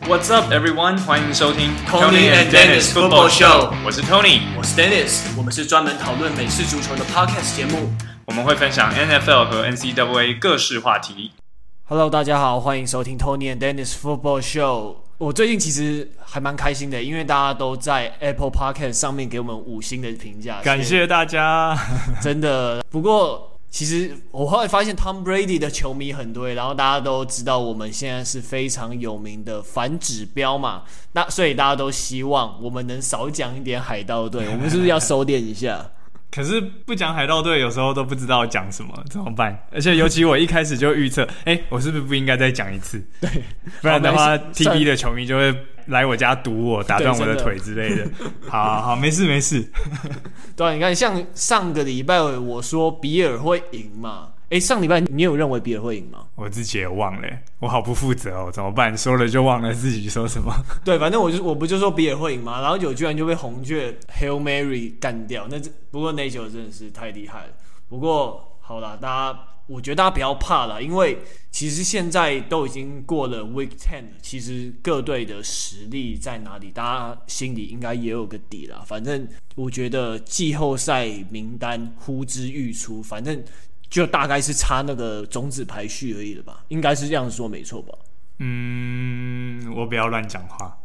What's up, everyone？ 欢迎收听 Tony and Dennis Football Show。 我是 Tony， 我是 Dennis。我们是专门讨论美式足球的 podcast 节目。 我们会分享 NFL 和 NCAA 各式话题。 Hello， 大家好，欢迎收听 Tony and Dennis Football Show。我最近其实还蛮开心的，因为大家都在 Apple Podcast 上面给我们5星的评价， 感谢大家， 真的。不过其实我后来发现 Tom Brady 的球迷很多，然后大家都知道我们现在是非常有名的反指标嘛，那所以大家都希望我们能少讲一点海盗队，我们是不是要收敛一下？ 可是不讲海盗队，有时候都不知道讲什么，怎么办？而且尤其我一开始就预测，我是不是不应该再讲一次？ 对， 不然的话 ，TB 的球迷就会来我家堵我，打断我的腿之类的。好，没事。 对啊，你看，像上个礼拜我说比尔会赢嘛，上礼拜你有认为比尔会赢吗？ 我自己也忘了，我好不负责哦，怎么办？说了就忘了自己说什么。 对，反正我不就说比尔会赢嘛，然后居然就被红雀 Hail Mary 干掉，不过那球真的是太厉害了。不过好啦，我觉得大家不要怕啦，因为其实现在都已经过了 Week 10了，其实各队的实力在哪里，大家心里应该也有个底啦。反正我觉得季后赛名单呼之欲出，反正就大概是差那个种子排序而已了吧，应该是这样说没错吧？ 我不要乱讲话。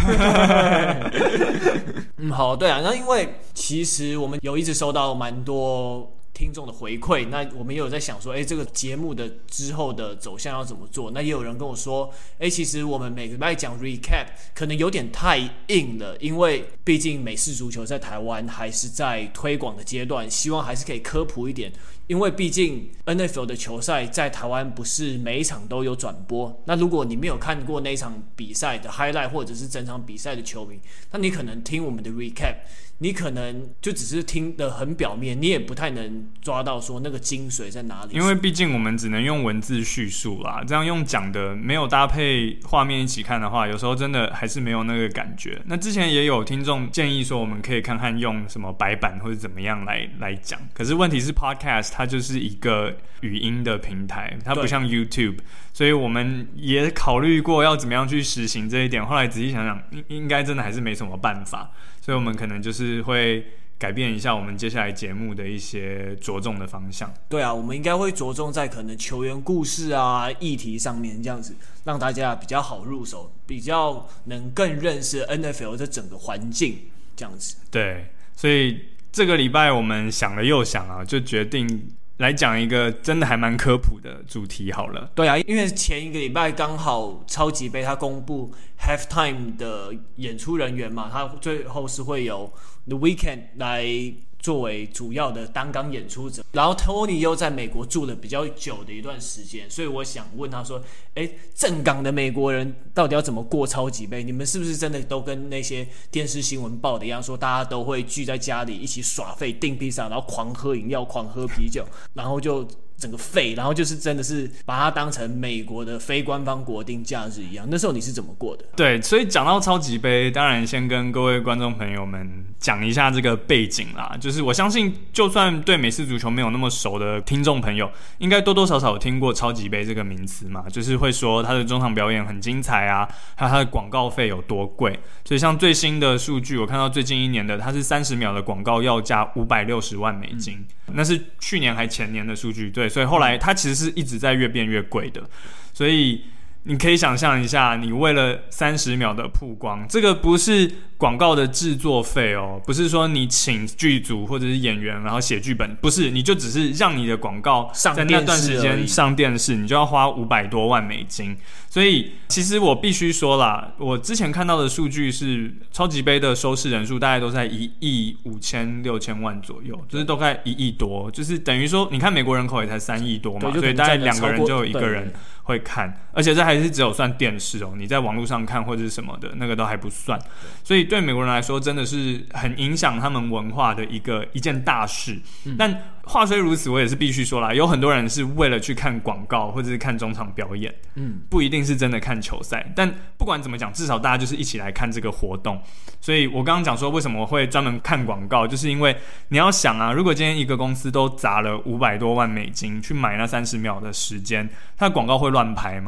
好，对啊，那因为其实我们有一直收到蛮多听众的回馈，那我们也有在想说，这个节目的之后的走向要怎么做？那也有人跟我说，其实我们每个礼拜讲 recap 可能有点太硬了，因为毕竟美式足球在台湾还是在推广的阶段，希望还是可以科普一点。因为毕竟 NFL 的球赛在台湾不是每一场都有转播，那如果你没有看过那一场比赛的 highlight 或者是整场比赛的球迷，那你可能听我们的 recap， 你可能就只是听得很表面，你也不太能抓到说那个精髓在哪里。 因为毕竟我们只能用文字叙述啦，这样用讲的没有搭配画面一起看的话，有时候真的还是没有那个感觉。那之前也有听众建议说，我们可以看看用什么白板或者怎么样来讲，可是问题是 podcast 它就是一个语音的平台，它不像 YouTube， 所以我们也考虑过要怎么样去实行这一点，后来仔细想想，应该真的还是没什么办法，所以我们可能就是会改变一下我们接下来节目的一些着重的方向。 对啊，我们应该会着重在可能球员故事啊、议题上面，这样子让大家比较好入手，比较能更认识 NFL 这整个环境，这样子。 对，所以这个礼拜我们想了又想啊，就决定来讲一个真的还蛮科普的主题好了。 对啊，因为前一个礼拜刚好超级杯他公布 halftime 的演出人员嘛，他最后是会有 The Weeknd 来作为主要的担纲演出者，然后 Tony 又在美国住了比较久的一段时间，所以我想问他说，正港的美国人到底要怎么过超级杯？你们是不是真的都跟那些电视新闻报的一样，说大家都会聚在家里一起耍废订披萨，然后狂喝饮料、狂喝啤酒，然后就整个废，然后就是真的是把它当成美国的非官方国定假日一样。那时候你是怎么过的？ 对，所以讲到超级杯，当然先跟各位观众朋友们讲一下这个背景啦。就是我相信，就算对美式足球没有那么熟的听众朋友，应该多多少少有听过超级杯这个名词嘛，就是会说它的中场表演很精彩啊，还有它的广告费有多贵。所以像最新的数据，我看到最近1年的，它是30秒的广告要价$560万，那是去年还前年的数据。对，所以后来它其实是一直在越变越贵的，所以你可以想象一下，你为了30秒的曝光，这个不是广告的制作费哦，不是说你请剧组或者是演员然后写剧本，不是，你就只是让你的广告在那段时间上电视，你就要花$500多万。所以其实我必须说啦，我之前看到的数据是超级杯的收视人数大概都在1.5-6亿左右，就是都在1亿多，就是等于说你看美国人口也才3亿多嘛，所以大概2个人就有1个人会看，而且这还是只有算电视哦，你在网络上看或者是什么的那个都还不算，所以对美国人来说真的是很影响他们文化的一件大事。但话虽如此，我也是必须说啦，有很多人是为了去看广告或者是看中场表演，不一定是真的看球赛。但不管怎么讲，至少大家就是一起来看这个活动。所以我刚刚讲说为什么我会专门看广告，就是因为你要想啊，如果今天一个公司都砸了$500多万去买那30秒的时间，它的广告会乱拍吗？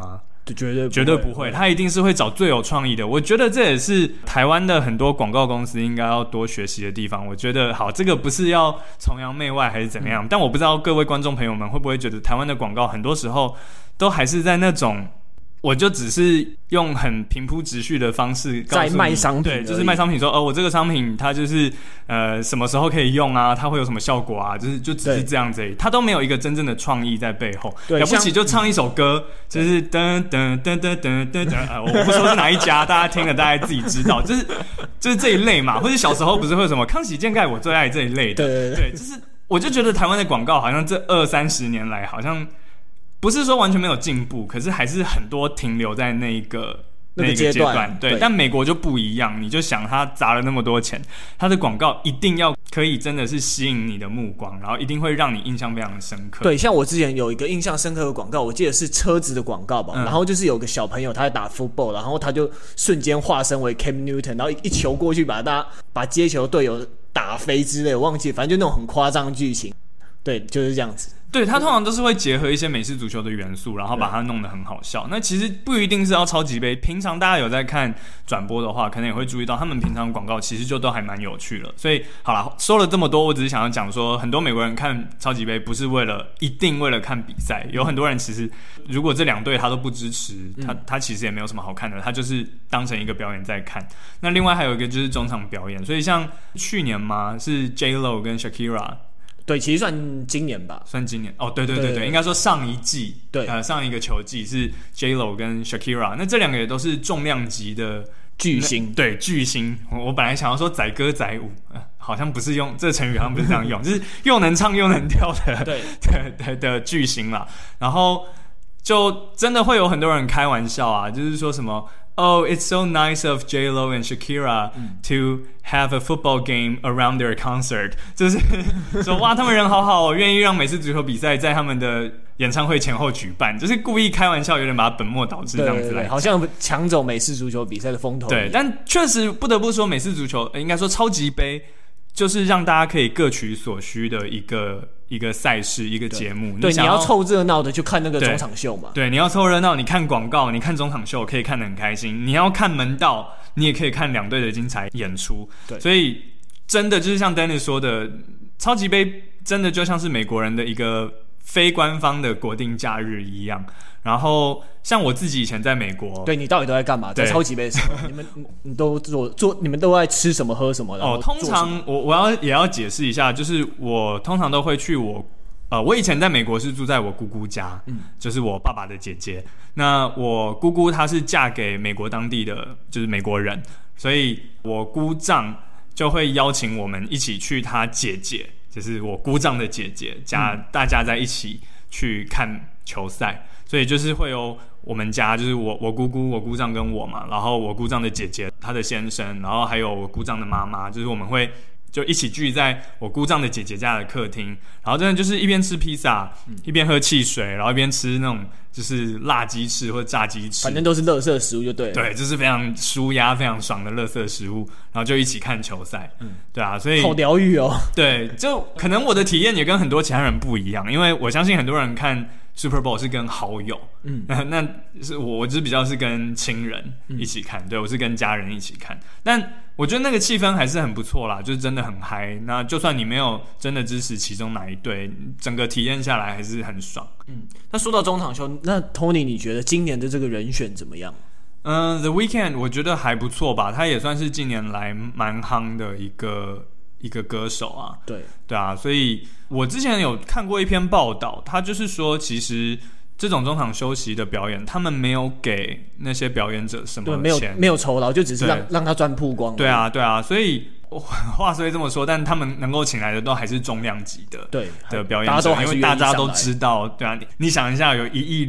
绝对不会，他一定是会找最有创意的。我觉得这也是台湾的很多广告公司应该要多学习的地方。我觉得好，这个不是要崇洋媚外还是怎么样，但我不知道各位观众朋友们会不会觉得台湾的广告很多时候都还是在那种。我就只是用很平铺直叙的方式告诉你在卖商品， 对，就是卖商品说，我这个商品它就是什么时候可以用啊，它会有什么效果啊，就只是这样子而已，它都没有一个真正的创意在背后。了不起就唱一首歌，就是噔噔噔噔噔噔噔，我不说是哪一家，大家听了大概自己知道，就是这一类嘛，或者小时候不是会有什么康熙健盖我最爱这一类的，对，就是我就觉得台湾的广告好像这20-30年来好像。不是说完全没有进步，可是还是很多停留在那个阶段。对，但美国就不一样，你就想他砸了那么多钱，他的广告一定要可以真的是吸引你的目光，然后一定会让你印象非常的深刻。 对，像我之前有一个印象深刻的广告，我记得是车子的广告吧，然后就是有个小朋友他在打 football， 然后他就瞬间化身为 Cam Newton， 然后一球过去把接球队友打飞之类，我忘记，反正就那种很夸张的剧情。对，就是这样子。 对，他通常都是会结合一些美式足球的元素，然后把它弄得很好笑。那其实不一定是要超级杯，平常大家有在看转播的话，可能也会注意到他们平常广告其实就都还蛮有趣了。所以好啦，说了这么多，我只是想要讲说，很多美国人看超级杯不是一定为了看比赛，有很多人其实如果这两队他都不支持，他其实也没有什么好看的，他就是当成一个表演在看。那另外还有一个就是中场表演，所以像去年嘛是 J.Lo 跟 Shakira。 对，其实算今年吧， 算今年哦，对，应该说上一季， 对， 上一个球季是 J.Lo 跟 Shakira， 那这两个也都是重量级的巨星， 对，巨星。我本来想要说载歌载舞，好像不是用这个成语，好像不是这样用，就是又能唱又能跳的，对的巨星啦。然后就真的会有很多人开玩笑啊，就是说什么。Oh, it's so nice of J.Lo and Shakira to have a football game around their concert. 就是说，哇，他们人好好哦，愿意让美式足球比赛在他们的演唱会前后举办，就是故意开玩笑，有点把它本末倒置这样子来， 对，好像抢走美式足球比赛的风头。 对，但确实不得不说，美式足球应该说超级杯。就是让大家可以各取所需的一个赛事，一个节目。 对，你要凑热闹的就看那个中场秀嘛。 对，你要凑热闹，你看广告，你看中场秀，可以看得很开心。你要看门道，你也可以看两队的精彩演出。对，所以真的就是像 Dennis 说的，超级杯真的就像是美国人的一个非官方的国定假日一样。然后像我自己以前在美国， 对，你到底都在干嘛？在超级杯的时候，你都你们都在吃什么喝什么？然后通常也要解释一下，就是我通常都会去我以前在美国是住在我姑姑家，就是我爸爸的姐姐。那我姑姑她是嫁给美国当地的就是美国人，所以我姑丈就会邀请我们一起去她姐姐，就是我姑丈的姐姐家，大家在一起去看球赛。所以就是会有我们家，就是我姑姑、我姑丈跟我嘛，然后我姑丈的姐姐、她的先生，然后还有我姑丈的妈妈，就是我们会就一起聚在我姑丈的姐姐家的客厅，然后真的就是一边吃披萨，一边喝汽水，然后一边吃那种就是辣鸡翅或者炸鸡翅， 反正都是垃圾食物就对了。 对，就是非常舒压、非常爽的垃圾食物，然后就一起看球赛。对啊，所以好疗愈哦。 对，就可能我的体验也跟很多其他人不一样，因为我相信很多人看Super Bowl 是跟好友，那是我就是比较是跟亲人一起看，对，我是跟家人一起看，但我觉得那个气氛还是很不错啦，就是真的很嗨。那就算你没有真的支持其中哪一队，整个体验下来还是很爽。 那说到中场秀，那 Tony 你觉得今年的这个人选怎么样 ？The Weeknd 我觉得还不错吧，他也算是近年来蛮夯的一个歌手啊，对啊，所以我之前有看过一篇报道，他就是说，其实这种中场休息的表演，他们没有给那些表演者什么钱， 没有酬劳，就只是让他赚曝光。 对啊，所以话虽这么说，但他们能够请来的都还是重量级的表演者，因为大家都知道，对啊，你想一下，有1亿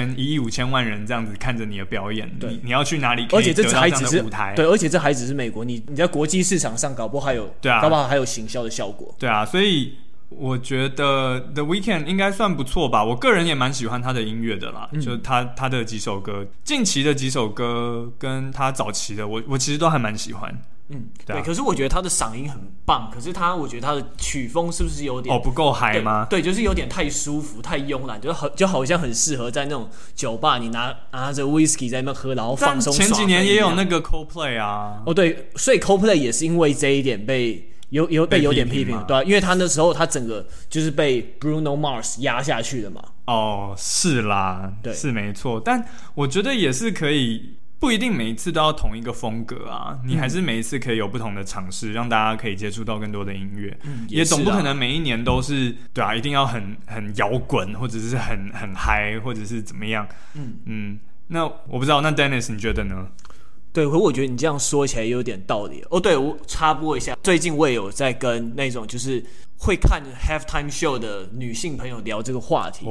5千万人这样子看着你的表演，你要去哪里可以得到这样的舞台？ 对，而且这还只是美国，你在国际市场上搞不好还有，搞不好还有行销的效果。 对啊，所以我觉得 The Weeknd 应该算不错吧，我个人也蛮喜欢他的音乐的啦，就他的几首歌，近期的几首歌跟他早期的，我其实都还蛮喜欢。 对。可是我觉得他的嗓音很棒，可是我觉得他的曲风是不是有点不够嗨吗？ 对，就是有点太舒服、太慵懒，就好像很适合在那种酒吧，你拿着 whisky 在那边喝，然后放松。 前几年也有那个 Coldplay 啊。 对，所以 Coldplay 也是因为这一点被有点批评，对因为他那时候他整个就是被 Bruno Mars 压下去了嘛。 是啦， 对， 是没错，但我觉得也是可以。不一定每一次都要同一个风格啊，你还是每一次可以有不同的尝试，让大家可以接触到更多的音乐。也总不可能每一年都是对啊，一定要很摇滚，或者是很嗨，或者是怎么样。那我不知道，那 Dennis 你觉得呢？ 对，可我觉得你这样说起来也有点道理。对，我插播一下，最近我也有在跟那种就是会看 halftime show 的女性朋友聊这个话题。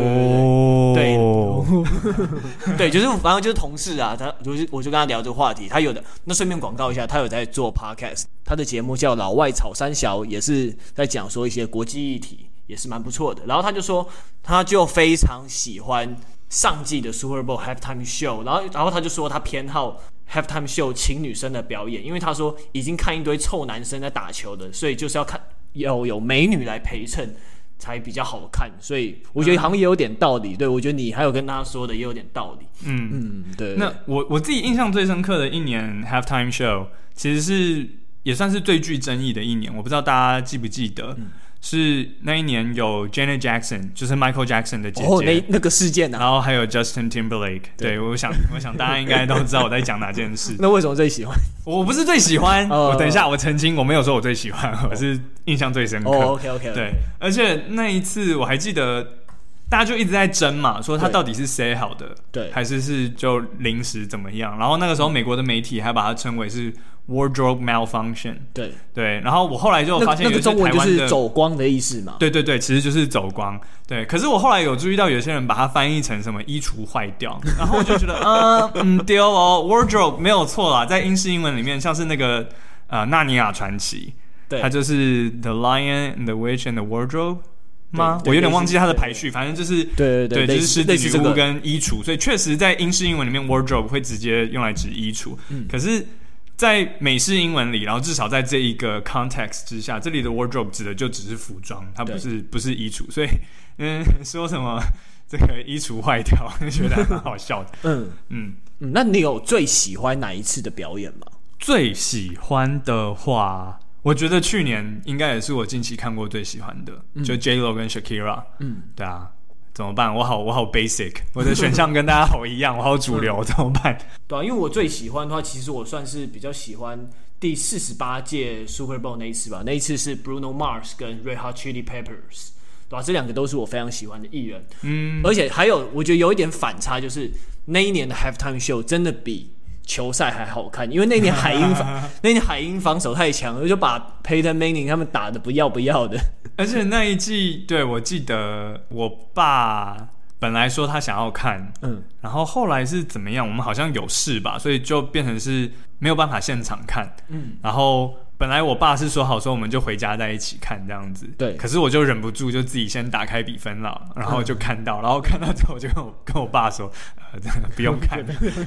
对，就是反正就是同事啊，我就跟他聊这个话题。他有的那顺便广告一下，他有在做 podcast， 他的节目叫老外草三小，也是在讲说一些国际议题，也是蛮不错的。然后他就说，他就非常喜欢上季的 Super Bowl halftime show， 然后他就说他偏好halftime show 请女生的表演，因为他说已经看一堆臭男生在打球的，所以就是要看有美女来陪衬才比较好看，所以我觉得好像也有点道理。对，我觉得你还有跟他说的也有点道理。对。那我自己印象最深刻的一年 halftime show， 其实也算是最具争议的一年，我不知道大家记不记得。是那一年有 Janet Jackson， 就是 Michael Jackson 的姐姐， 那个事件啊， 然后还有 Justin Timberlake。对，我想大家应该都知道我在讲哪件事。 那为什么最喜欢？ 我不是最喜欢，我等一下我澄清，我没有说我最喜欢，我是印象最深刻。 OK。 对，而且那一次我还记得，大家就一直在争嘛，说他到底是 say 好的， 对， 还是就临时怎么样？然后那个时候美国的媒体还把它称为是 wardrobe malfunction。对，然后我后来就发现有些台湾的， 那个中文就是走光的意思嘛。 对，其实就是走光。对，可是我后来有注意到有些人把它翻译成什么衣橱坏掉，然后我就觉得对wardrobe 没有错啦，在英式英文里面，像是那个纳尼亚传奇，对，它就是 The Lion and the Witch and the Wardrobe。吗？我有点忘记它的排序，反正就是对，就是狮子女巫跟衣橱，所以确实在英式英文里面 wardrobe 会直接用来指衣橱，可是在美式英文里，然后至少在这一个 context 之下，这里的 wardrobe 指的就只是服装，它不是衣橱，所以说什么这个衣橱坏掉，觉得还蛮好笑的。 那你有最喜欢哪一次的表演吗？ 最喜欢的话，我觉得去年应该也是我近期看过最喜欢的，就 J-Lo 跟 Shakira。对啊，怎么办？我好 basic， 我的选项跟大家好一样，我好主流，怎么办？ 对啊，因为我最喜欢的话，其实我算是比较喜欢第48届 Super Bowl 那一次吧。那一次是 Bruno Mars 跟 Red Hot Chili Peppers， 对吧？这两个都是我非常喜欢的艺人。而且还有，我觉得有一点反差，就是那一年的 Halftime Show 真的比球赛还好看，因为那年海鹰防守太强了，就把 Peyton Manning 他们打得不要的。 而且那一季，对，我记得我爸本来说他想要看，然后后来是怎么样？我们好像有事吧，所以就变成是没有办法现场看。然后本来我爸是说好说我们就回家在一起看这样子，对。可是我就忍不住就自己先打开比分了，然后就看到，然后看到之后我就跟我爸说，不用看，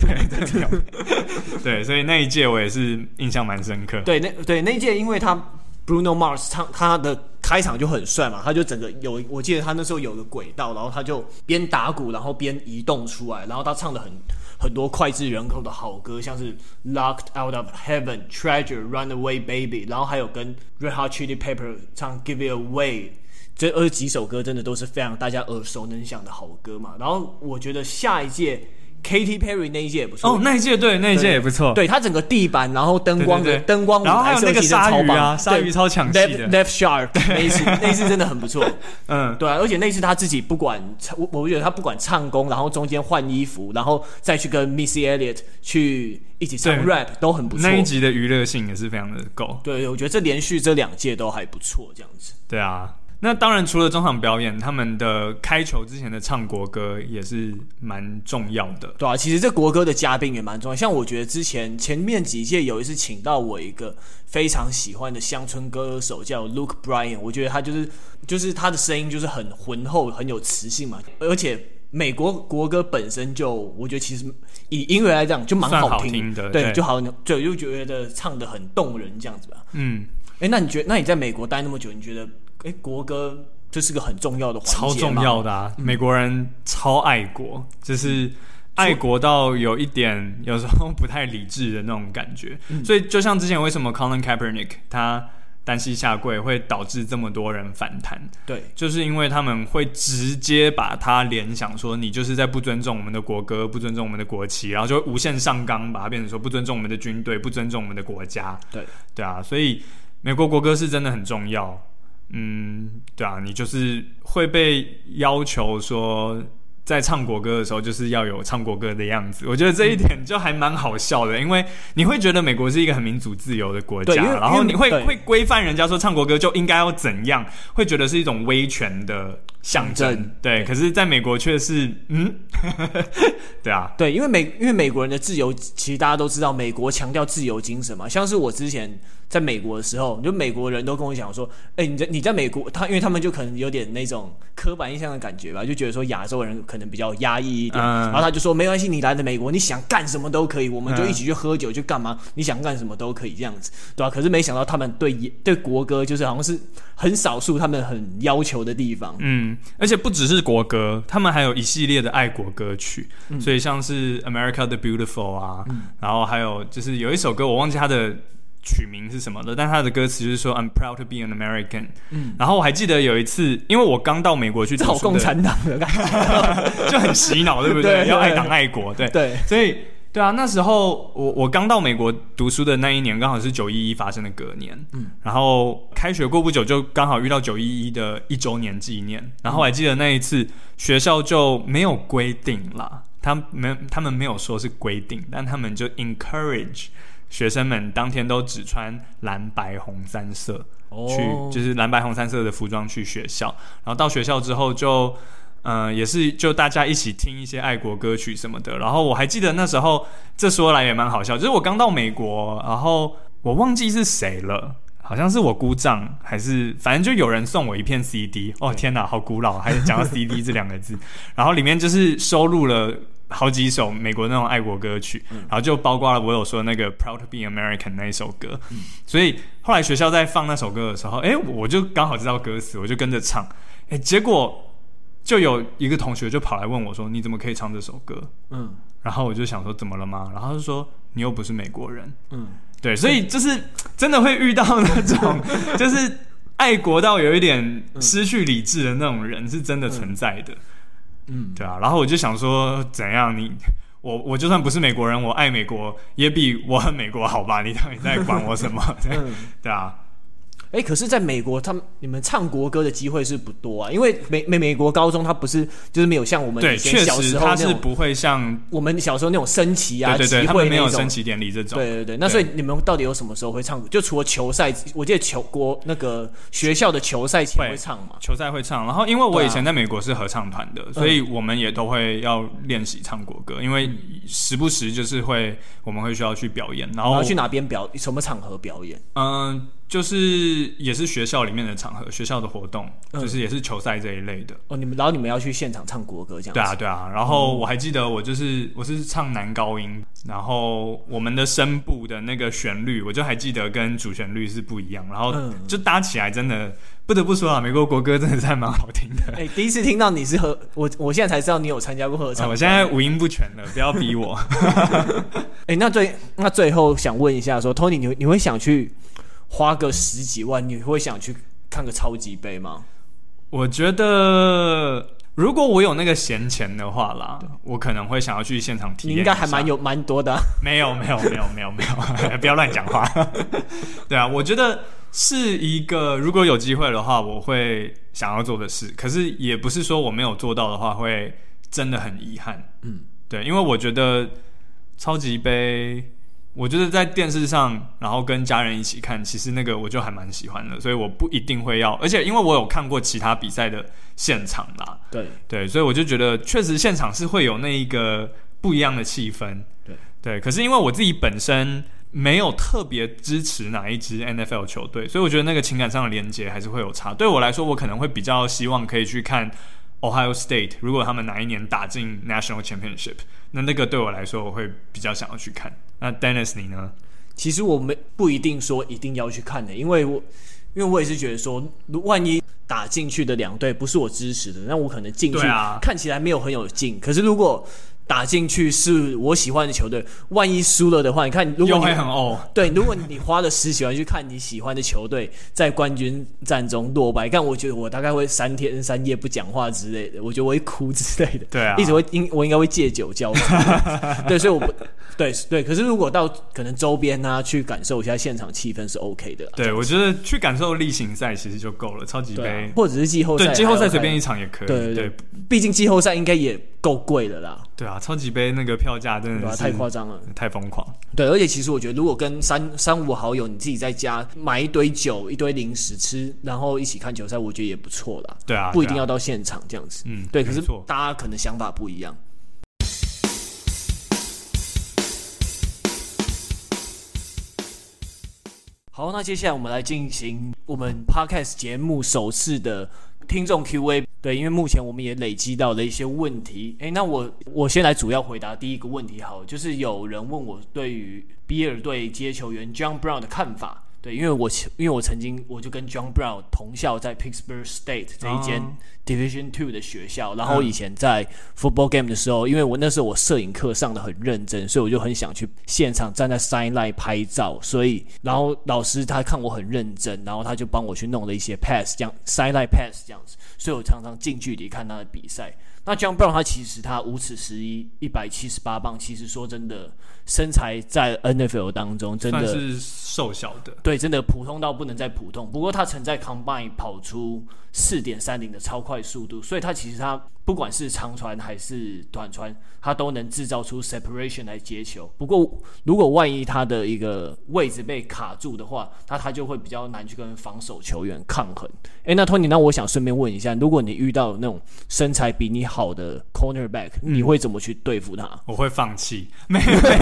对，所以那一届我也是印象蛮深刻。 对，那一届因为他 Bruno Mars 唱他的开场就很帅嘛，他就整个我记得他那时候有个轨道，然后他就边打鼓然后边移动出来，然后他唱的很多脍炙人口的好歌，像是 Locked Out of Heaven、Treasure、Runaway Baby， 然后还有跟 Red Hot Chili Peppers 唱 Give It Away， 这20几首歌真的都是非常大家耳熟能详的好歌嘛。然后我觉得下一届Katy Perry 那一届也不错那一届也不错。 对，它整个地板，然后灯光舞然后还有那个鲨鱼啊，鲨鱼超抢戏的 Left Shark 那一次真的很不错。对啊，而且那一次他自己不管，我觉得他不管唱功，然后中间换衣服，然后再去跟 Missy Elliott 去一起唱 rap 都很不错。 那一集的娱乐性也是非常的够。 对，我觉得连续这2届都还不错，这样子。 对啊。那当然，除了中场表演，他们的开球之前的唱国歌也是蛮重要的。 对啊，其实这国歌的嘉宾也蛮重要。像我觉得前面几届有一次请到我一个非常喜欢的乡村歌手叫 Luke Bryan， 我觉得他就是他的声音就是很浑厚，很有磁性嘛，而且美国国歌本身就，我觉得其实以音乐来讲就蛮好听的， 对，就觉得唱得很动人这样子吧。那你在美国待那么久，你觉得国歌这是个很重要的环节吗？ 超重要的啊！美国人超爱国，就是爱国到有一点有时候不太理智的那种感觉。所以就像之前为什么 Colin Kaepernick 他单膝下跪会导致这么多人反弹， 对， 就是因为他们会直接把它联想说你就是在不尊重我们的国歌，不尊重我们的国旗，然后就会无限上纲，把它变成说不尊重我们的军队，不尊重我们的国家。对啊，所以美国国歌是真的很重要。对啊，你就是会被要求说在唱国歌的时候就是要有唱国歌的样子，我觉得这一点就还蛮好笑的，因为你会觉得美国是一个很民主自由的国家，然后你会规范人家说唱国歌就应该要怎样，会觉得是一种威权的象征，对，可是在美国却是对啊， 对，因为美国人的自由，其实大家都知道，美国强调自由精神嘛。像是我之前在美国的时候，就美国人都跟我讲说，你在美国，因为他们就可能有点那种刻板印象的感觉吧，就觉得说亚洲人可能比较压抑一点，然后他就说没关系，你来了美国，你想干什么都可以，我们就一起去喝酒去干嘛，你想干什么都可以这样子，对吧？可是没想到他们对国歌就是好像是很少数他们很要求的地方， 而且不只是国歌，他们还有一系列的爱国歌曲，所以像是 America the Beautiful 啊，然后还有就是有一首歌我忘记它的曲名是什么的，但它的歌词就是说 I'm proud to be an American。然后我还记得有一次，因为我刚到美国去读书的， 好共产党的感觉， 就很洗脑，对不对？要爱党爱国，对，所以对啊，那时候我刚到美国读书的那一年，刚好是911发生的隔年，然后开学过不久就刚好遇到911的1周年纪念，然后我还记得那一次学校就没有规定啦，他们没有说是规定，但他们就 encourage 学生们当天都只穿蓝白红三色去，就是蓝白红三色的服装去学校，然后到学校之后就也是就大家一起听一些爱国歌曲什么的。然后我还记得那时候，这说来也蛮好笑，就是我刚到美国，然后我忘记是谁了，好像是我姑丈还是反正就有人送我一片 CD。哦天哪，好古老，还讲到 CD 这2个字。然后里面就是收录了好几首美国那种爱国歌曲，然后就包括了我有说那个 Proud to be American 那一首歌。所以后来学校在放那首歌的时候，我就刚好知道歌词，我就跟着唱。结果就有一个同学就跑来问我说：“你怎么可以唱这首歌？”然后我就想说怎么了吗？然后他就说：“你又不是美国人。”对，所以就是真的会遇到那种就是爱国到有一点失去理智的那种人，是真的存在的。对啊，然后我就想说，怎样我就算不是美国人，我爱美国也比我恨美国好吧？你到底在管我什么？对啊。 可是在美国你们唱国歌的机会是不多啊，因为美国高中它不是就是没有像我们以前小时候那种， 对，确实它是不会像我们小时候那种升旗啊， 对，他们没有升旗典礼这种， 对。那所以你们到底有什么时候会唱？就除了球赛，我记得那个学校的球赛前会唱嘛？ 球赛会唱，然后因为我以前在美国是合唱团的，所以我们也都会要练习唱国歌，因为时不时就是我们会需要去表演，然后去哪边什么场合表演？ 就是也是学校里面的场合，学校的活动，就是也是球赛这一类的。 然后你们要去现场唱国歌这样子？ 对啊。然后我还记得我是唱男高音，然后我们的声部的那个旋律，我就还记得跟主旋律是不一样，然后就搭起来真的不得不说啊，美国国歌真的是还蛮好听的。 第一次听到你是我现在才知道你有参加过合唱。 我现在五音不全了，不要逼我。 那最后想问一下说 ，Tony， 你会想去花个10几万，你会想去看个超级杯吗？ 我觉得如果我有那个闲钱的话啦，我可能会想要去现场体验一下。 你应该还蛮多的。 没有，不要乱讲话。对啊，我觉得是一个如果有机会的话，我会想要做的事。可是也不是说我没有做到的话，会真的很遗憾。对，因为我觉得超级杯，我觉得在电视上，然后跟家人一起看，其实那个我就还蛮喜欢的，所以我不一定会要。而且因为我有看过其他比赛的现场啦，对，所以我就觉得确实现场是会有那一个不一样的气氛。对。可是因为我自己本身没有特别支持哪一支 NFL 球队，所以我觉得那个情感上的连结还是会有差。对我来说，我可能会比较希望可以去看 Ohio State 如果他们哪一年打进 National Championship， 那个对我来说我会比较想要去看。那 Dennis 你呢？ 其实我不一定说一定要去看的，因为我也是觉得说，万一打进去的两队不是我支持的，那我可能进去看起来没有很有劲。可是如果打进去是我喜欢的球队，万一输了的话，你看，如果你又会很对，如果你花了10几万去看你喜欢的球队在冠军战中落败，但我觉得我大概会3天3夜不讲话之类的，我觉得我会哭之类的， 对啊， 我应该会戒酒浇对，所以我不对。可是如果到可能周边啊去感受一下现场气氛是 OK 的。 对，我觉得去感受例行赛其实就够了，超级杯或者是季后赛， 对，季后赛随便一场也可以。对， 毕竟季后赛应该也够贵了啦。 对啊，超级杯那个票价真的是太夸张了， 太疯狂。 对，而且其实我觉得，如果跟三五好友你自己在家买一堆酒、一堆零食吃，然后一起看球赛，我觉得也不错啦。 对啊， 不一定要到现场这样子。对。可是大家可能想法不一样。好，那接下来我们来进行我们 Podcast 节目首次的听众 Q&A。对，因为目前我们也累积到了一些问题。那我先来主要回答第一个问题好了，就是有人问我对于比尔队接球员 John Brown 的看法。对，因为我曾经我就跟 John Brown 同校在 Pittsburgh State 这一间 Division II 的学校，然后以前在 football game 的时候，因为那时候我摄影课上的很认真，所以我就很想去现场站在 sideline 拍照，然后老师他看我很认真，然后他就帮我去弄了一些 pass， 这样 sideline pass 这样子，所以我常常近距离看他的比赛。那 John Brown 他其实他5尺11 178磅，其实说真的身材在 NFL 当中真的算是瘦小的， 对，真的普通到不能再普通。不过他曾在 Combine 跑出 4.30 的超快速度，所以他其实他不管是长传还是短传，他都能制造出 separation 来接球。不过如果万一他的一个位置被卡住的话，他就会比较难去跟防守球员抗衡。那 Tony， 那我想顺便问一下，如果你遇到那种身材比你好的 cornerback，你会怎么去对付他？ 我会放弃，没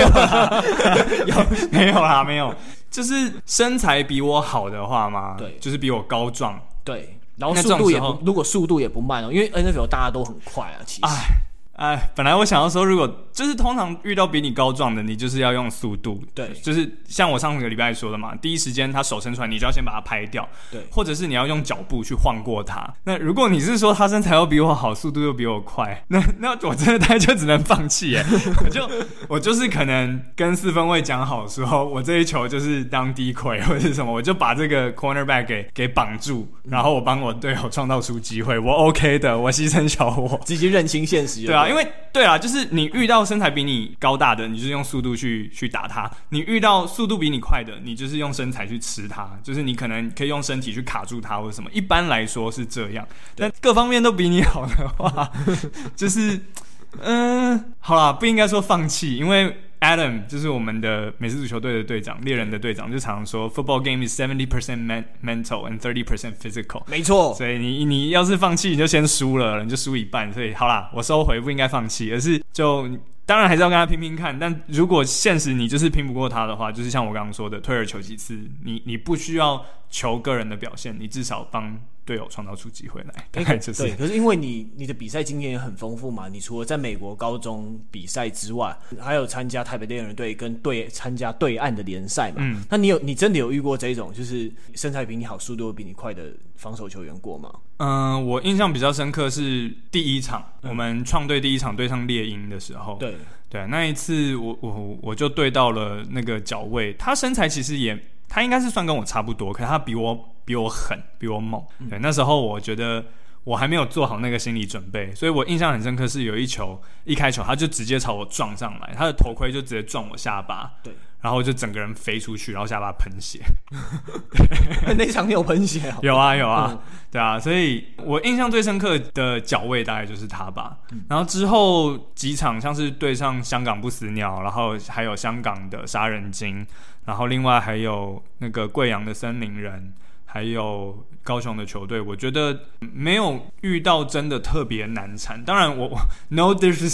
有，就是身材比我好的话嘛， 对， 就是比我高壮， 对，然后如果速度也不慢因为 NFL 大家都很快啊，其实。 本来我想要说，如果就是通常遇到比你高壮的，你就是要用速度， 对， 就是像我上个礼拜说的嘛，第一时间他手伸出来，你就要先把他拍掉， 对， 或者是你要用脚步去晃过他。那如果你是说他身材又比我好，速度又比我快，那我真的大概就只能放弃耶。我就是可能跟4分卫讲好说，我这一球就是当decoy或者是什么，我就把这个 cornerback 给绑住，然后我帮我队友创造出机会，我 OK 的，我牺牲小我， 直接认清现实。 对啊。因为对啊，就是你遇到身材比你高大的，你就是用速度去打他；你遇到速度比你快的，你就是用身材去吃他。就是你可能可以用身体去卡住他或者什么。一般来说是这样，但各方面都比你好的话，就是好啦，不应该说放弃，因为Adam 就是我们的美式足球队的队长，猎人的队长，就常说 Football game is 70% mental and 30% physical。 没错， 所以你要是放弃，你就先输了，你就输一半。所以好啦，我收回，不应该放弃，而是就当然还是要跟他拼拼看。但如果现实你就是拼不过他的话，就是像我刚刚说的，退而求其次，你不需要求个人的表现，你至少帮队友创造出机会来，大概就是。 对，可是因为你的比赛经验也很丰富嘛，你除了在美国高中比赛之外，还有参加台北猎人队跟参加对岸的联赛嘛。那你真的有遇过这种就是身材比你好、速度比你快的防守球员过吗？ 我印象比较深刻是第一场，我们创队第一场对上猎鹰的时候，对，那一次我就对到了那个角卫，他身材其实他应该是算跟我差不多，可是他比我狠，比我猛。对，那时候我觉得我还没有做好那个心理准备，所以我印象很深刻是有一球一开球他就直接朝我撞上来，他的头盔就直接撞我下巴， 对， 然后就整个人飞出去，然后下巴喷血。 那场你有喷血有啊，对啊，所以我印象最深刻的角位大概就是他吧。然后之后几场像是对上香港不死鸟，然后还有香港的杀人鲸，然后另外还有那个贵阳的森林人，还有高雄的球队，我觉得没有遇到真的特别难缠。当然我 no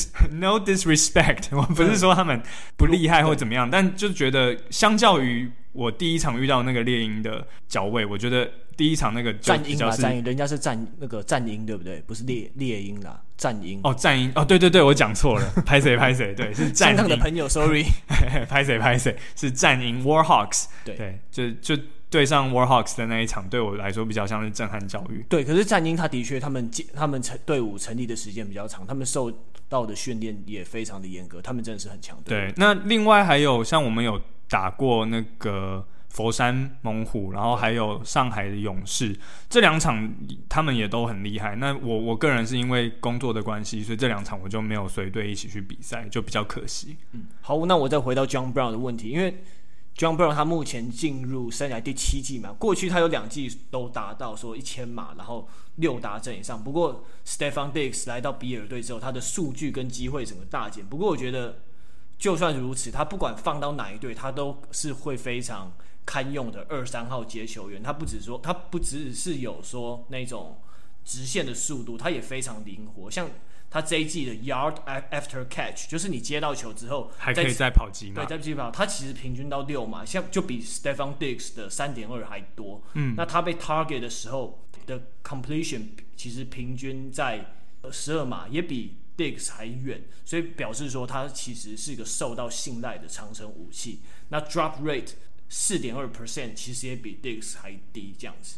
disrespect， 我不是说他们不厉害或怎么样，但就觉得相较于我第一场遇到那个猎鹰的角卫，我觉得第一场那个战鹰啦，战鹰，人家是那个战鹰，对不对？不是猎鹰啦，战鹰。 哦，战鹰哦，对，我讲错了，拍谁，对，是战鹰。 香港的朋友 ，sorry， 拍谁，是战鹰 Warhawks， 对，就对上 Warhawks 的那一场，对我来说比较像是震撼教育。 对，可是战鹰他的确，他们队伍成立的时间比较长，他们受到的训练也非常的严格，他们真的是很强的。 对，那另外还有像我们有打过那个佛山猛虎，然后还有上海的勇士，这2场他们也都很厉害。那我个人是因为工作的关系，所以这2场我就没有随队一起去比赛，就比较可惜。 好，那我再回到 John Brown 的问题，因为 John Brown 他目前进入生涯第7季嘛，过去他有2季都达到说1000码，然后6达阵以上。不过 Stefan Diggs 来到比尔队之后，他的数据跟机会整个大减。不过我觉得就算如此，他不管放到哪一队，他都是会非常堪用的2、3号接球员。他不只是有说那种直线的速度，他也非常灵活。像他这一季的 yard after catch， 就是你接到球之后还可以再跑几码， 对，再继续跑，他其实平均到6码，像就比 Stefan Diggs 的 3.2 还多。那他被 target 的时候的 completion 其实平均在12码，也比 Diggs 还远，所以表示说他其实是一个受到信赖的长程武器。那 drop rate 4.2%， 其实也比 Diggs 还低，这样子。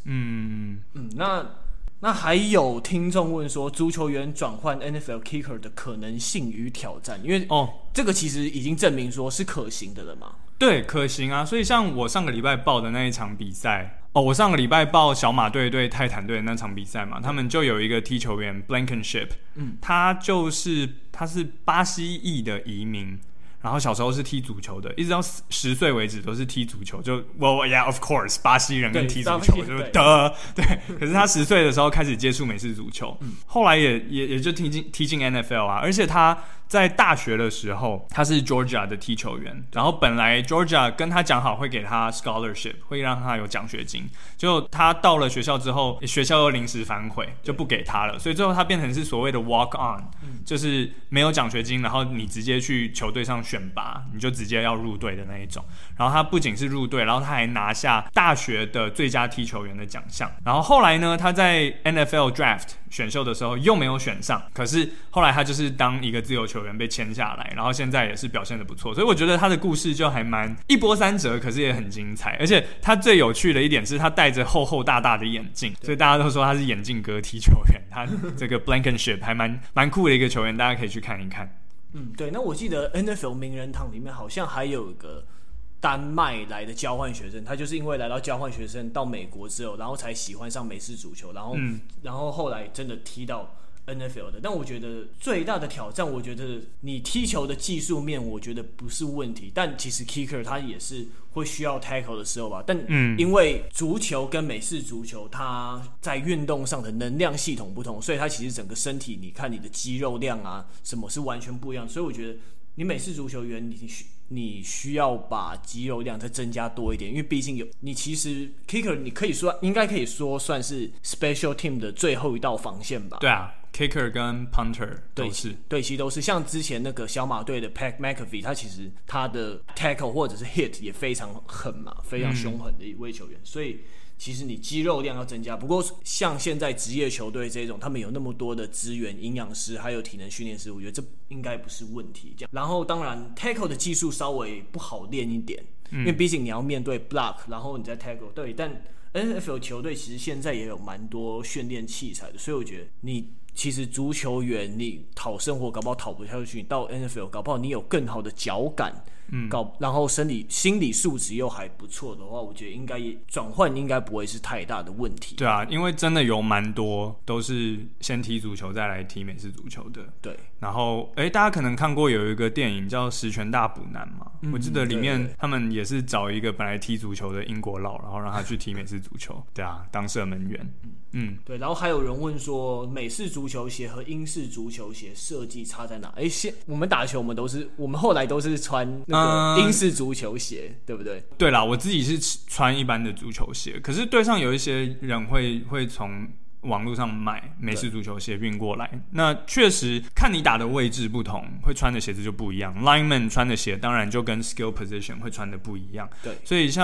那还有听众问说，足球员转换 NFL kicker 的可能性与挑战，因为这个其实已经证明说是可行的了嘛。 对，可行啊。所以像我上个礼拜报的那一场比赛，我上个礼拜报小马队对泰坦队的那场比赛嘛，他们就有一个踢球员 Blankenship，他是巴西裔的移民。然后小时候是踢足球的，一直到10岁为止都是踢足球。就 well yeah of course， 巴西人跟踢足球就对。可是他10岁的时候开始接触美式足球，后来也就踢进 NFL 啊。而且他在大学的时候，他是 Georgia 的踢球员，然后本来 Georgia 跟他讲好会给他 scholarship， 会让他有奖学金。就他到了学校之后，学校又临时反悔，就不给他了，所以最后他变成是所谓的 walk on，就是没有奖学金，然后你直接去球队上选拔，你就直接要入队的那一种。然后他不仅是入队，然后他还拿下大学的最佳踢球员的奖项。然后后来呢，他在 NFL Draft 选秀的时候又没有选上，可是后来他就是当一个自由球员被签下来，然后现在也是表现得不错。所以我觉得他的故事就还蛮一波三折，可是也很精彩。而且他最有趣的一点是他戴着厚厚大大的眼镜，所以大家都说他是眼镜哥踢球员。他这个 Blankenship 还蛮酷的一个球员，大家可以去看一看。 对，那我记得 NFL 名人堂里面好像还有一个丹麦来的交换学生，他就是因为来到交换学生到美国之后，然后才喜欢上美式足球，然后后来真的踢到 NFL 的。但我觉得最大的挑战，我觉得你踢球的技术面，我觉得不是问题，但其实 kicker 他也是会需要 tackle 的时候吧。但因为足球跟美式足球，它在运动上的能量系统不同，所以它其实整个身体，你看你的肌肉量啊，什么是完全不一样。所以我觉得你美式足球员，你需要把肌肉量再增加多一点，因为毕竟你其实 kicker 你应该可以说算是 special team 的最后一道防线吧。 对啊，kicker 跟 punter 都是对，其实都是像之前那个小马队的 Pat McAfee， 他其实他的 tackle 或者是 hit 也非常狠嘛，非常凶狠的一位球员，所以其实你肌肉量要增加。不过像现在职业球队这种，他们有那么多的资源，营养师还有体能训练师，我觉得这应该不是问题。这样，然后当然 tackle 的技术稍微不好练一点，因为毕竟你要面对 block， 然后你再 tackle。对，但 NFL 球队其实现在也有蛮多训练器材的，所以我觉得你其实足球员你讨生活搞不好讨不下去，你到 NFL 搞不好你有更好的脚感。然后心理素质又还不错的话，我觉得转换应该不会是太大的问题。 对啊，因为真的有蛮多都是先踢足球再来踢美式足球的。 对， 然后大家可能看过有一个电影叫《十全大补男》嘛，我记得里面他们也是找一个本来踢足球的英国佬，然后让他去踢美式足球。对啊，当射门员。 对，然后还有人问说，美式足球鞋和英式足球鞋设计差在哪？我们打球我们后来都是穿那个英式足球鞋，对不对？ 对啦，我自己是穿一般的足球鞋，可是队上有一些人会从网络上买美式足球鞋运过来，那确实看你打的位置不同，会穿的鞋子就不一样。Lineman 穿的鞋当然就跟 skill position 会穿的不一样。 对， 所以像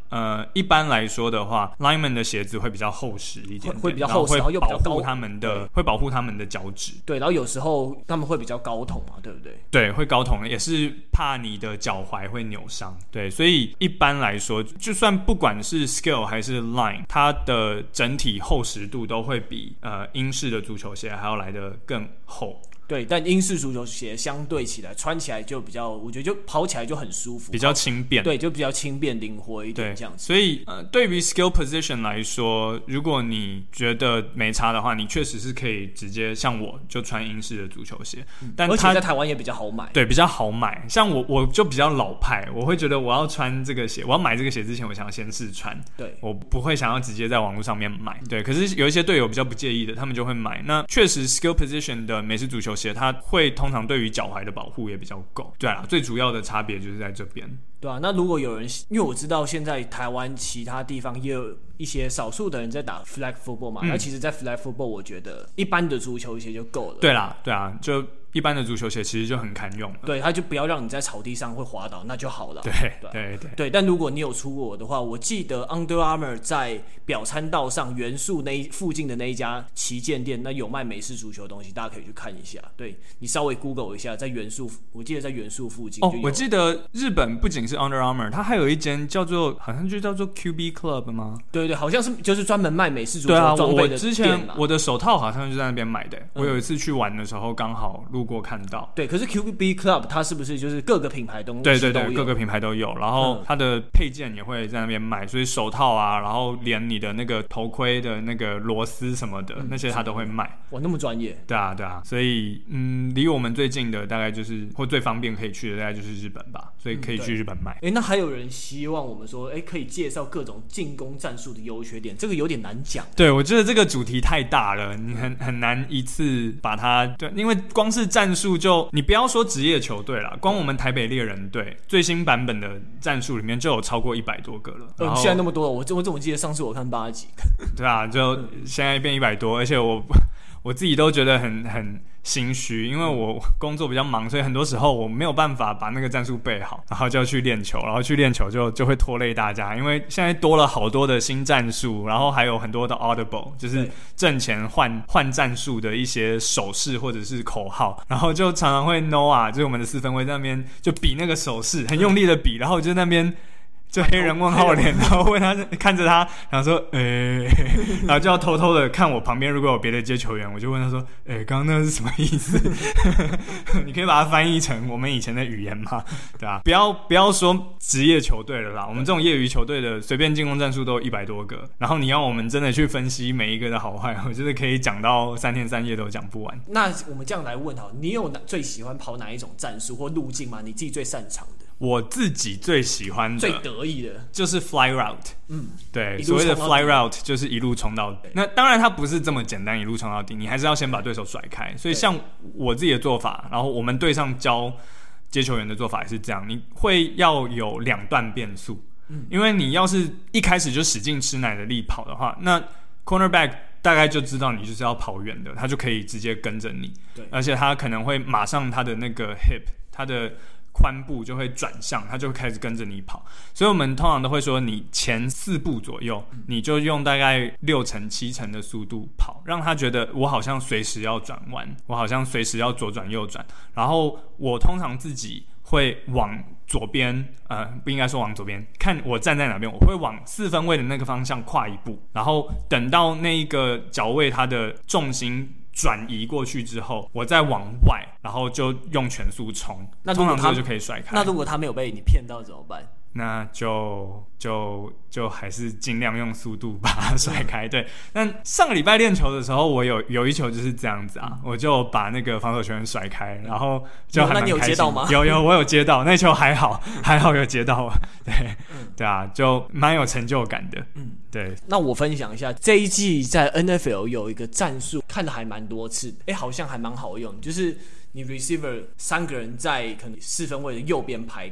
一般来说的话 lineman 的鞋子会比较厚实一点， 会比较厚实，然后又比较高， 会保护他们的脚趾。 对，然后有时候他们会比较高筒嘛，对不对？ 对，会高筒，也是怕你的脚踝会扭伤。对，所以一般来说，就算不管是 Scale 还是 Line， 它的整体厚实度都会比英式的足球鞋还要来得更厚。 对，但英式足球鞋相对起来穿起来就比较，我觉得就跑起来就很舒服， 比较轻便。 对，就比较轻便灵活一点这样子。 所以对于 skill position 来说，如果你觉得没差的话，你确实是可以直接像我就穿英式的足球鞋，但而且在台湾也比较好买。 对，比较好买。像我就比较老派，我会觉得我要穿这个鞋，我要买这个鞋之前，我想要先试穿。 对， 我不会想要直接在网络上面买。对，可是有一些队友比较不介意的，他们就会买。那确实 skill position 的美式足球鞋，它会通常对于脚踝的保护也比较够。对啊，最主要的差别就是在这边。 对啊，那如果有人，因为我知道现在台湾其他地方也有一些少数的人在打 flag football 嘛，那其实在 flag football 我觉得一般的足球鞋就够了。 对啦，对啊，就一般的足球鞋其实就很堪用了。 对，它就不要让你在草地上会滑倒，那就好了。 对， 但如果你有出国的话，我记得 Under Armour 在表参道上元素那附近的那一家旗舰店，那有卖美式足球的东西，大家可以去看一下。对，你稍微 Google 一下，在元素，我记得在元素附近。 我记得日本不仅是 Under Armour， 它还有一间好像就叫做 QB Club 吗？ 对，好像是就是专门卖美式足球装备的店。 我之前我的手套好像就在那边买的。我有一次去玩的时候刚好路过看到。 对，可是 QB Club 它是不是就是各个品牌都有？ 对，各个品牌都有，然后它的配件也会在那边卖，所以手套啊，然后连你的那个头盔的那个螺丝什么的，那些它都会卖。 哇，那么专业。 对啊，所以离我们最近的大概就是或最方便可以去的大概就是日本吧，所以可以去日本买。 那还有人希望我们说，可以介绍各种进攻战术的优缺点，这个有点难讲。 对，我觉得这个主题太大了，你很难一次把它对，因为光是战术你不要说职业球队啦，光我们台北猎人队最新版本的战术里面就有超过100多个了。 现在那么多了，我怎么记得上次我看80几个？ 对啊，就现在变100多，而且我自己都觉得很心虚，因为我工作比较忙，所以很多时候我没有办法把那个战术背好，然后就要去练球，然后去练球就会拖累大家，因为现在多了好多的新战术，然后还有很多的 audible， 就是阵前换战术的一些手势或者是口号，然后就常常会 Noah 就是我们的四分卫在那边就比那个手势，很用力的比，然后就那边就黑人问号脸，然后问他看着他，然后说然后就要偷偷的看我旁边，如果有别的接球员，我就问他说刚刚那是什么意思？你可以把它翻译成我们以前的语言吗？对吧？不要说职业球队了啦，我们这种业余球队的随便进攻战术都有100多个，然后你要我们真的去分析每一个的好坏，我觉得可以讲到3天3夜都讲不完。 那我们这样来问好，你有最喜欢跑哪一种战术或路径吗？你自己最擅长的？ 我自己最喜欢的、 最得意的就是 fly route。对，所谓的 fly route 就是一路冲到底。那当然它不是这么简单，一路冲到底，你还是要先把对手甩开。所以像我自己的做法，然后我们队上教接球员的做法也是这样，你会要有2段变速。因为你要是一开始就使劲吃奶的力跑的话，那 cornerback 大概就知道你就是要跑远的，他就可以直接跟着你。对，而且他可能会马上他的那个 hip， 他的髋部就会转向，他就会开始跟着你跑。所以我们通常都会说，你前4步左右，你就用大概6成7成的速度跑，让他觉得我好像随时要转弯，我好像随时要左转右转。然后我通常自己会往左边，不应该说往左边，看我站在哪边，我会往4分位的那个方向跨一步，然后等到那一个脚位它的重心转移过去之后，我再往外，然后就用全速冲，通常这个就可以甩开。 那如果他没有被你骗到怎么办？ 那就还是尽量用速度把它甩开。对，但上个礼拜练球的时候，我有一球就是这样子啊，我就把那个防守球员甩开，然后就还蛮开心。 那你有接到吗？ 有，我有接到，那球还好有接到。对啊，就蛮有成就感的。对。 那我分享一下，这一季在 NFL 有一个战术看的还蛮多次，好像还蛮好用，就是你 receiver 3个人在可能4分位的右边排开，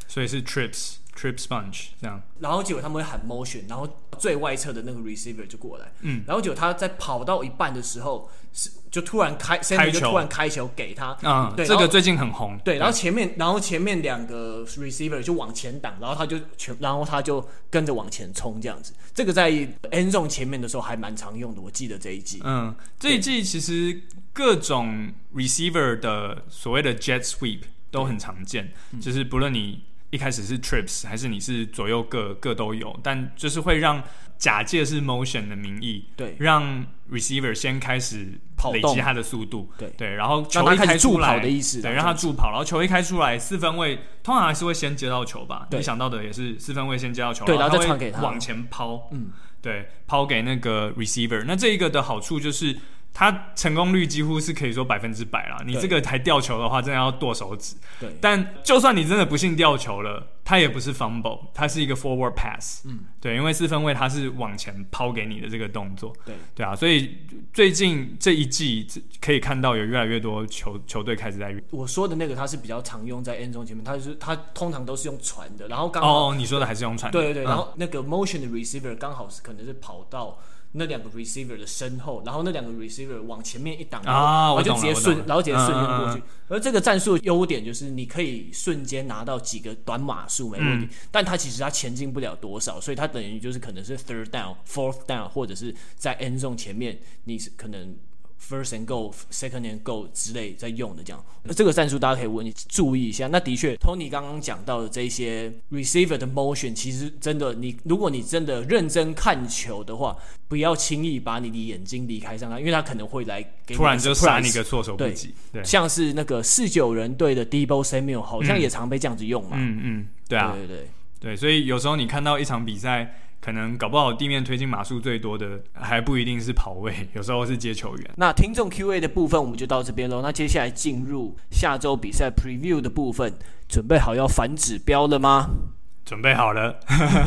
所以是 trip sponge 这样。 然后结果他们会喊 motion， 然后最外侧的那个 receiver 就过来，然后结果他在跑到一半的时候，就突然开球给他，对， 这个最近很红， 对，然后前面两个 receiver 就往前挡，然后他就跟着往前冲这样子。这个在 end zone 前面的时候还蛮常用的，我记得这一季。 这一季其实各种 receiver 的所谓的 jet sweep 都很常见，就是不论你一开始是 trips 还是你是左右各都有，但就是会让假借是 motion 的名义， 对， 让 receiver 先开始累积他的速度，对，然后球一开出来， 让他开始助跑的意思， 对，让他助跑，然后球一开出来，四分卫通常还是会先接到球吧？你想到的也是四分卫先接到球， 对，然后再传给他， 往前抛，对，抛给那个 receiver。那这一个的好处就是，它成功率几乎是可以说100%啦。你这个还掉球的话，真的要剁手指。 对， 但就算你真的不幸掉球了，它也不是 fumble， 它是一个 forward pass。对，因为四分卫它是往前抛给你的这个动作。对啊，所以最近这一季可以看到有越来越多球队开始在用。 我说的那个它是比较常用在 end zone 前面，它通常都是用传的，然后刚好你说的还是用传的。 对，然后那个 motion 的 receiver 刚好是可能是跑到那两个 receiver 的身后，然后那两个 receiver 往前面一挡，然后就直接顺用过去。而这个战术的优点就是你可以瞬间拿到几个短码数没问题，但它其实它前进不了多少，所以它等于就是可能是 third down、fourth down， 或者是在 end zone 前面你是可能First and goal、second and goal 之类在用的这样，这个战术大家可以注意一下。那的确 ，Tony 刚刚讲到的这些 receiver 的 motion， 其实真的，如果你真的认真看球的话，不要轻易把你的眼睛离开上他，因为他可能会来给你突然就杀你个措手不及。对， 像是那个49人队的 Deebo Samuel 好像也常被这样子用嘛。 对啊， 对， 所以有时候你看到一场比赛。可能搞不好地面推进码数最多的还不一定是跑位，有时候是接球员。 那听众 Q&A 的部分我们就到这边咯。那接下来进入下周比赛 preview 的部分，准备好要反指标了吗？ 准备好了。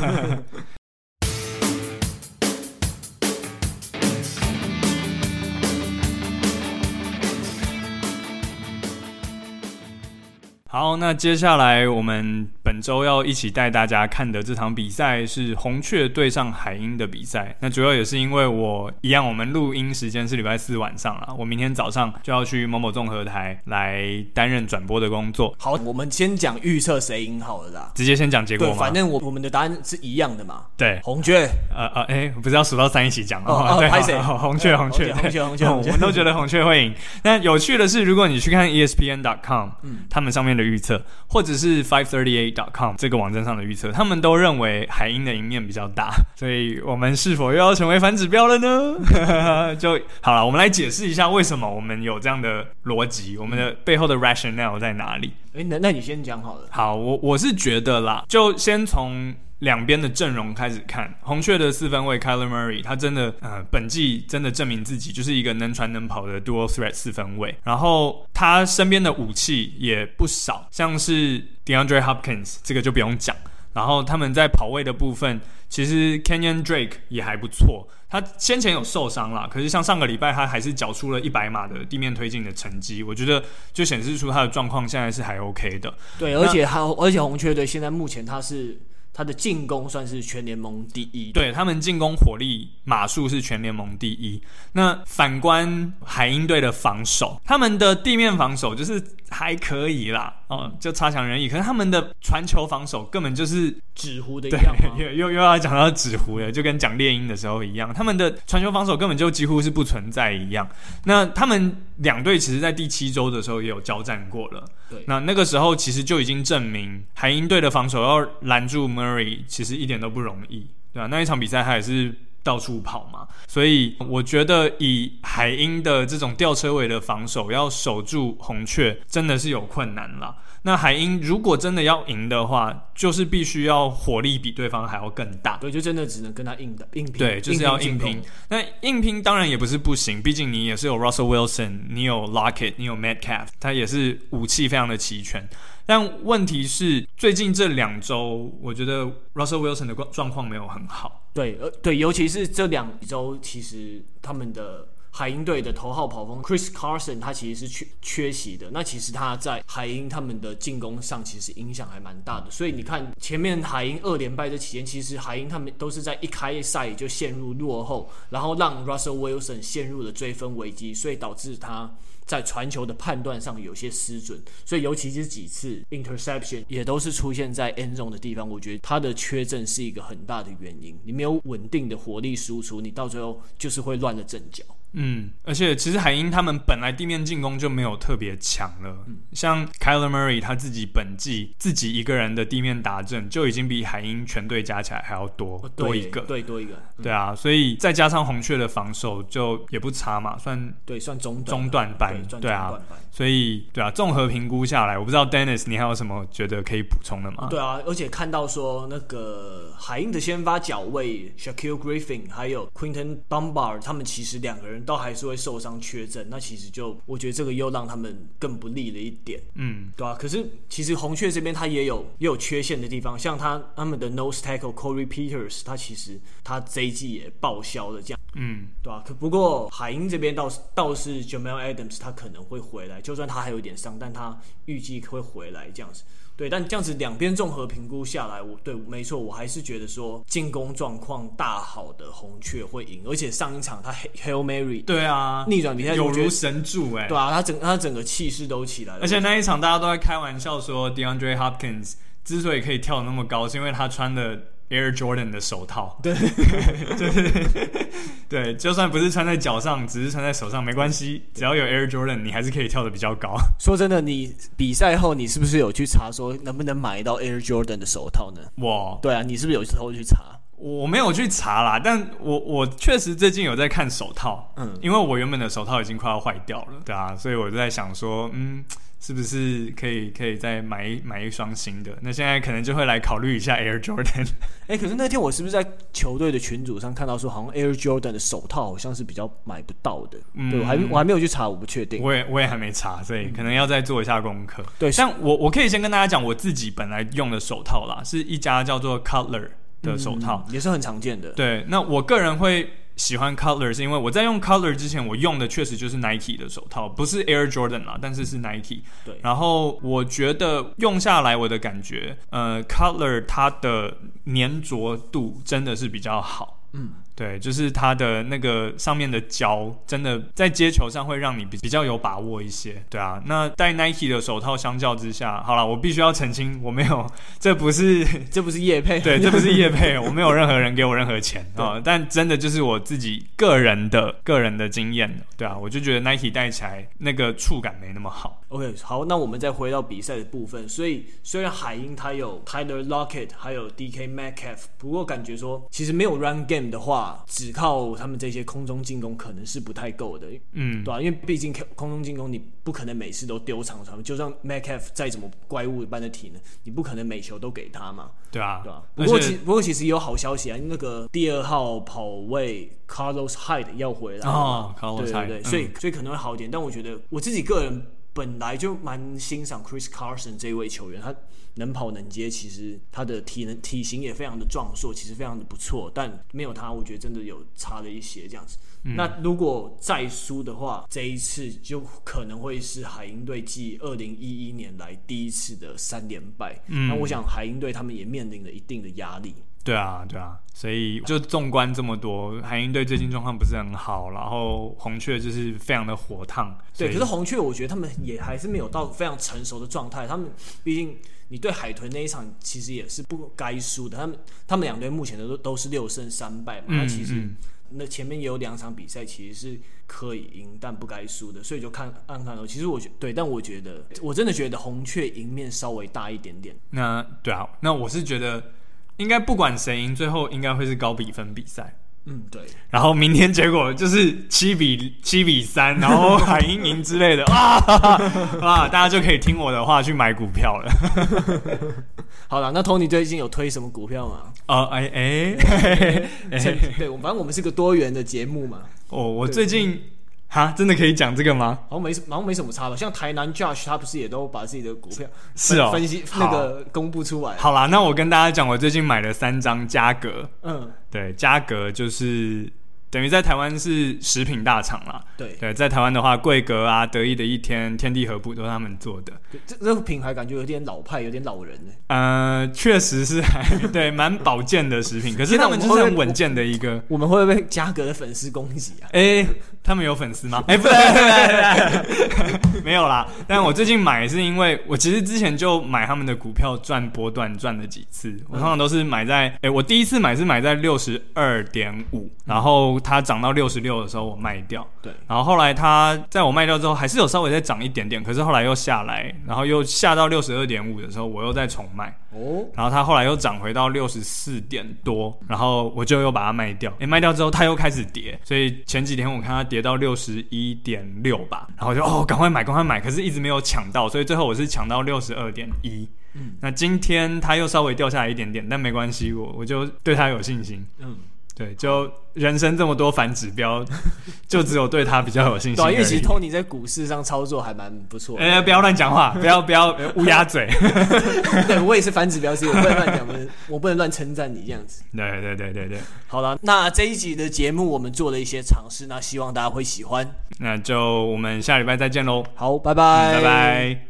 好，那接下来我们本周要一起带大家看的这场比赛是红雀对上海鹰的比赛。那主要也是因为我们录音时间是礼拜4晚上啦，我明天早上就要去某某综合台来担任转播的工作。 好，我们先讲预测谁赢好了啦。 直接先讲结果吗？ 对，反正我们的答案是一样的嘛。 对， 红雀。 不是要数到3一起讲吗？对，红雀，红雀，我们都觉得红雀会赢。那有趣的是，如果你去看 ESPN.com，他们上面的预测，或者是 538.com 这个网站上的预测，他们都认为海鹰的赢面比较大，所以我们是否又要成为反指标了呢？就好了，我们来解释一下为什么我们有这样的逻辑，我们的背后的 rationale 在哪里？ 那你先讲好了。 好，我是觉得啦，就先从两边的阵容开始看，红雀的四分卫 Kyler Murray， 他真的本季真的证明自己就是一个能传能跑的 dual threat 四分卫，然后他身边的武器也不少，像是 DeAndre Hopkins 这个就不用讲，然后他们在跑位的部分，其实 Kenyon Drake 也还不错，他先前有受伤啦，可是像上个礼拜他还是缴出了100码的地面推进的成绩，我觉得就显示出他的状况现在是还 OK 的。 对，而且红雀队现在目前他的进攻算是全联盟第一， 对，他们进攻火力码数是全联盟第一。那反观海鹰队的防守，他们的地面防守就是还可以啦，就差强人意。可是他们的传球防守根本就是纸糊的一样吗？ 又要讲到纸糊了，就跟讲猎鹰的时候一样，他们的传球防守根本就几乎是不存在一样。那他们两队其实在第7周的时候也有交战过了， 对， 那个时候其实就已经证明海鹰队的防守要拦住 Murray 其实一点都不容易，对吧？那一场比赛他也是到处跑嘛，所以我觉得以海鹰的这种吊车尾的防守要守住红雀真的是有困难啦。那海鹰如果真的要赢的话，就是必须要火力比对方还要更大， 对，就真的只能跟他硬拼， 对，就是要硬拼。那硬拼当然也不是不行，毕竟你也是有 Russell Wilson， 你有 Lockett， 你有 Metcalf， 他也是武器非常的齐全。但问题是最近这2周我觉得 Russell Wilson 的状况没有很好， 对，尤其是这2周其实他们的海鹰队的头号跑锋 Chris Carson 他其实是缺席的，那其实他在海鹰他们的进攻上其实影响还蛮大的，所以你看前面海鹰2连败这期间，其实海鹰他们都是在一开赛就陷入落后，然后让 Russell Wilson 陷入了追分危机，所以导致他在传球的判断上有些失准，所以尤其是几次 interception 也都是出现在 end zone 的地方，我觉得他的缺阵是一个很大的原因。你没有稳定的火力输出，你到最后就是会乱了阵脚。 而且其实海鹰他们本来地面进攻就没有特别强了，像 Kyler Murray 他自己本季自己一个人的地面打阵就已经比海鹰全队加起来还要多一个， 对，多一个， 对啊，所以再加上红雀的防守就也不差嘛，算中段班，对啊，所以对啊，综合评估下来，我不知道 Dennis 你还有什么觉得可以补充的吗？ 对啊，而且看到说那个海鹰的先发角位 Shaquille Griffin 还有 Quinton Dunbar 他们其实两个人都还是会受伤缺阵，那其实就我觉得这个又让他们更不利了一点，对啊，可是其实红雀这边他也有缺陷的地方，像他们的 nose tackle Corey Peters 他其实他这一季也报销了这样，对啊，不过海鹰这边倒是 Jamal Adams 他可能会回来，就算他还有一点伤，但他预计会回来这样子。对，但这样子两边综合评估下来，没错，我还是觉得说进攻状况大好的红雀会赢，而且上一场他 Hail Mary 对啊逆转比赛有如神助对啊，他整个气势都起来了， 而且那一场大家都在开玩笑说 DeAndre Hopkins 之所以可以跳得那么高，是因为他穿的Air Jordan 的手套，对，就算不是穿在脚上，只是穿在手上没关系，只要有 Air Jordan， 你还是可以跳得比较高。 说真的，你比赛后你是不是有去查说能不能买到 Air Jordan 的手套呢？对啊，你是不是有偷去查？ 我没有去查啦，但我确实最近有在看手套，因为我原本的手套已经快要坏掉了，对啊，所以我就在想说，是不是可以再买一双新的？那现在可能就会来考虑一下 Air Jordan。 可是那天我是不是在球队的群组上看到说，好像 Air Jordan 的手套好像是比较买不到的？对，我还没有去查，我不确定。 我也还没查，所以可能要再做一下功课。 对， 像我可以先跟大家讲，我自己本来用的手套啦，是一家叫做 Cutler 的手套， 也是很常见的。 对，那我个人会喜欢 Cutler 是因为我在用 Cutler 之前，我用的确实就是 Nike 的手套，不是 Air Jordan 啦，但是 Nike。 对， 然后我觉得用下来我的感觉，Cutler 它的粘着度真的是比较好。对，就是它的那个上面的胶，真的在接球上会让你比较有把握一些。对啊，那戴 Nike 的手套相较之下，好啦，我必须要澄清，我没有，这不是业配， 对，这不是业配，我没有任何人给我任何钱但真的就是我自己个人的经验，对啊，我就觉得 Nike 戴起来那个触感没那么好。 OK， 好，那我们再回到比赛的部分。所以虽然海鹰它有 Tyler Lockett 还有 DK Metcalf， 不过感觉说其实没有 run game 的话，只靠他们这些空中进攻可能是不太够的。对啊，因为毕竟空中进攻你不可能每次都丢长传，就算 Metcalf 再怎么怪物般的体能，你不可能每球都给他嘛。 对啊。 不过其实也有好消息啊，那个第2号跑卫 Carlos Hyde 要回来了 Carlos Hyde， 对，所以可能会好一点。但我觉得我自己个人本来就蛮欣赏 Chris Carson 这位球员，他能跑能接，其实他的体型也非常的壮硕，其实非常的不错。但没有他，我觉得真的有差了一些这样子。那如果再输的话，这一次就可能会是海鹰队继2011年来第一次的3连败。那我想海鹰队他们也面临了一定的压力。 对啊，所以就纵观这么多，海鹰队最近状况不是很好，然后红雀就是非常的火烫。 对，可是红雀我觉得他们也还是没有到非常成熟的状态。他们毕竟你对海豚那一场其实也是不该输的，他们两队目前都是6胜3败嘛。那其实那前面也有2场比赛其实是可以赢但不该输的，所以就看。其实但我觉得我真的觉得红雀赢面稍微大一点点。 那我是觉得应该不管谁赢，最后应该会是高比分比赛。 对。 然后明天结果就是7比3，然后海鹰赢之类的大家就可以听我的话去买股票了。 好了，那 Tony 最近有推什么股票吗？对，反正我们是个多元的节目嘛。 我最近真的可以讲这个吗？ 好像没什么差吧。像台南 Josh 他不是也都把自己的股票分析那个公布出来。 好啦，那我跟大家讲，我最近买了3张嘉格。对，嘉格就是等于在台湾是食品大厂啦。 对， 在台湾的话，桂格啊、得意的一天、天地合补都是他们做的。 这个品牌感觉有点老派，有点老人呢。 确实是对蛮保健的食品，可是他们就是很稳健的一个。 我们会不会被嘉格的粉丝攻击啊？ 他们有粉丝吗？不对，没有啦。但我最近买是因为我其实之前就买他们的股票赚波段赚了几次，我通常都是买在我第一次买是买在 62.5， 然后它涨到66的时候我卖掉。 对， 然后后来它在我卖掉之后还是有稍微再涨一点点，可是后来又下来，然后又下到 62.5 的时候我又再重卖。然后它后来又涨回到64点多，然后我就又把它卖掉。卖掉之后它又开始跌，所以前几天我看它跌到 61.6 吧，然后就赶快买，可是一直没有抢到，所以最后我是抢到 62.1。那今天它又稍微掉下来一点点，但没关系，我就对它有信心。对，就人生这么多反指标，就只有对他比较有信心。 对，因为其实 Tony 在股市上操作还蛮不错。 不要乱讲话，不要乌鸦嘴。 对，我也是反指标师，我不能乱讲，我不能乱称赞你这样子。 对。 好了，那这一集的节目我们做了一些尝试，那希望大家会喜欢。 那就我们下礼拜再见喽。 好，拜拜， 拜拜。